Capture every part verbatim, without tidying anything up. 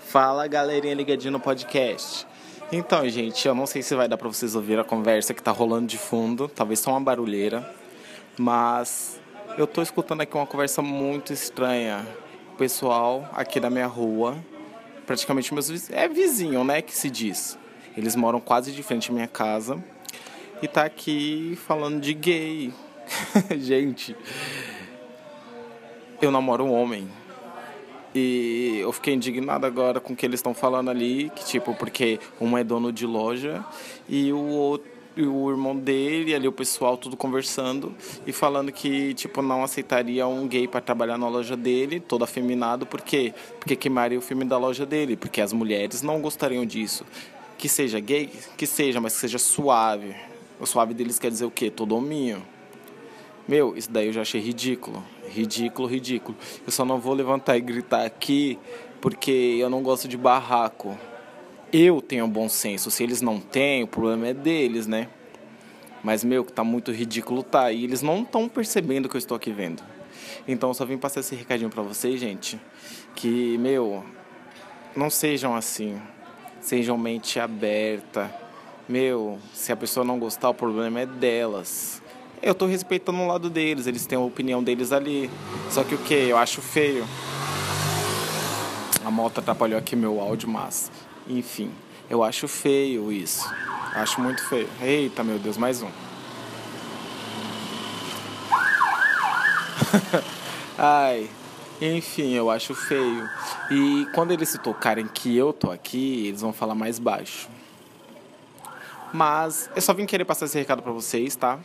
Fala, galerinha ligadinha no podcast. Então, gente, eu não sei se vai dar pra vocês ouvir a conversa que tá rolando de fundo. Talvez só uma barulheira. Mas eu tô escutando aqui uma conversa muito estranha. O pessoal aqui da minha rua, praticamente meus vizinhos, é vizinho, né, que se diz. Eles moram quase de frente à minha casa. E tá aqui falando de gay. Gente, eu namoro um homem. E eu fiquei indignado agora com o que eles estão falando ali, que tipo, porque um é dono de loja e o outro, e o irmão dele, ali o pessoal tudo conversando e falando que tipo não aceitaria um gay para trabalhar na loja dele, todo afeminado, por quê? Porque queimaria o filme da loja dele, porque as mulheres não gostariam disso. Que seja gay, que seja, mas que seja suave. O suave deles quer dizer o quê? Todo hominho. Meu, isso daí eu já achei ridículo. Ridículo, ridículo. Eu só não vou levantar e gritar aqui porque eu não gosto de barraco. Eu tenho bom senso. Se eles não têm, o problema é deles, né? Mas, meu, que tá muito ridículo, tá. E eles não estão percebendo o que eu estou aqui vendo. Então, eu só vim passar esse recadinho pra vocês, gente. Que, meu, não sejam assim. Sejam mente aberta. Meu, se a pessoa não gostar, o problema é delas. Eu tô respeitando o lado deles, eles têm a opinião deles ali. Só que o que? Eu acho feio. A moto atrapalhou aqui meu áudio, mas... Enfim, eu acho feio isso. Acho muito feio. Eita, meu Deus, mais um. Ai, enfim, eu acho feio. E quando eles se tocarem que eu tô aqui, eles vão falar mais baixo. Mas eu só vim querer passar esse recado pra vocês, tá?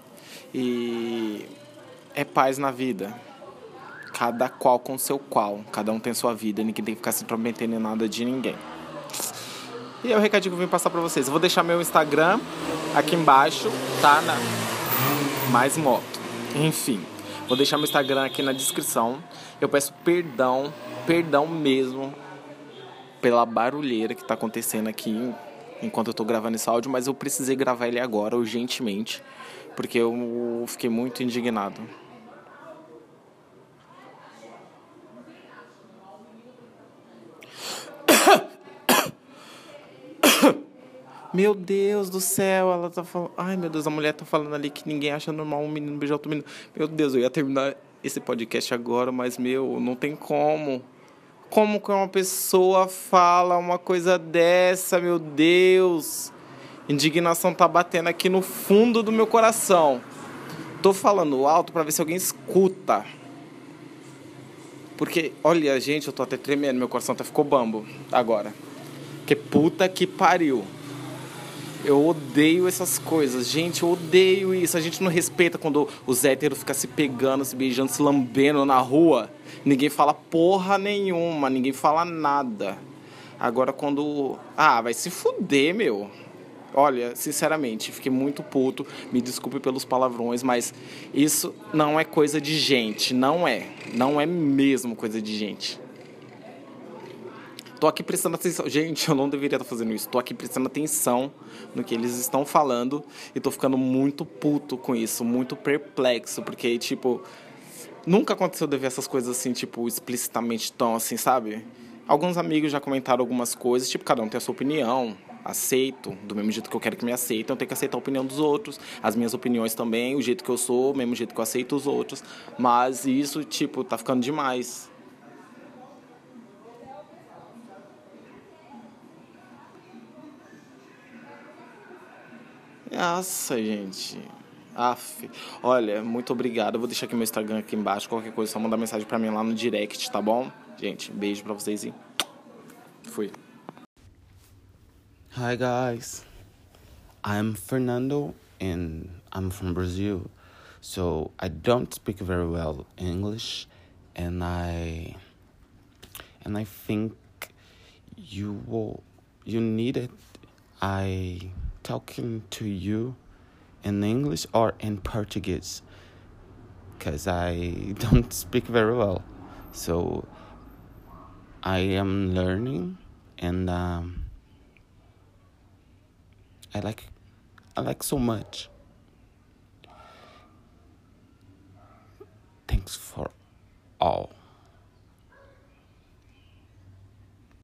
E é paz na vida. Cada qual com seu qual. Cada um tem sua vida. Ninguém tem que ficar se intrometendo em nada de ninguém. E é o recadinho que eu vim passar pra vocês. Eu vou deixar meu Instagram aqui embaixo, tá? Na... Mais moto. Enfim, vou deixar meu Instagram aqui na descrição. Eu peço perdão, perdão mesmo pela barulheira que tá acontecendo aqui enquanto eu tô gravando esse áudio, mas eu precisei gravar ele agora, urgentemente, porque eu fiquei muito indignado. Meu Deus do céu, ela tá falando... Ai, meu Deus, a mulher tá falando ali que ninguém acha normal um menino beijar outro menino. Meu Deus, eu ia terminar esse podcast agora, mas, meu, não tem como. Como que uma pessoa fala uma coisa dessa, meu Deus? Indignação tá batendo aqui no fundo do meu coração. Tô falando alto pra ver se alguém escuta. Porque, olha, gente, eu tô até tremendo. Meu coração até ficou bambo agora. Que puta que pariu. Eu odeio essas coisas. Gente, eu odeio isso. A gente não respeita quando os héteros ficam se pegando, se beijando, se lambendo na rua. Ninguém fala porra nenhuma. Ninguém fala nada. Agora quando... Ah, vai se fuder, meu. Olha, sinceramente, fiquei muito puto. Me desculpe pelos palavrões, mas isso não é coisa de gente. Não é. Não é mesmo coisa de gente. Tô aqui prestando atenção. Gente, eu não deveria estar fazendo isso. Tô aqui prestando atenção no que eles estão falando. E tô ficando muito puto com isso. Muito perplexo. Porque, tipo... Nunca aconteceu de ver essas coisas assim, tipo, explicitamente tão assim, sabe? Alguns amigos já comentaram algumas coisas. Tipo, cada um tem a sua opinião. Aceito. Do mesmo jeito que eu quero que me aceitem, eu tenho que aceitar a opinião dos outros. As minhas opiniões também. O jeito que eu sou, o mesmo jeito que eu aceito os outros. Mas isso, tipo, tá ficando demais. Nossa, gente. Aff. Olha, muito obrigado. Eu vou deixar aqui meu Instagram aqui embaixo. Qualquer coisa, só mandar mensagem pra mim lá no direct, tá bom? Gente, beijo pra vocês e... Fui. Hi guys, I'm Fernando and I'm from Brazil. So I don't speak very well English and I... And I think you will... You need it. I... talking to you in English or in Portuguese because I don't speak very well, so I am learning and um, I like I like so much. Thanks for all.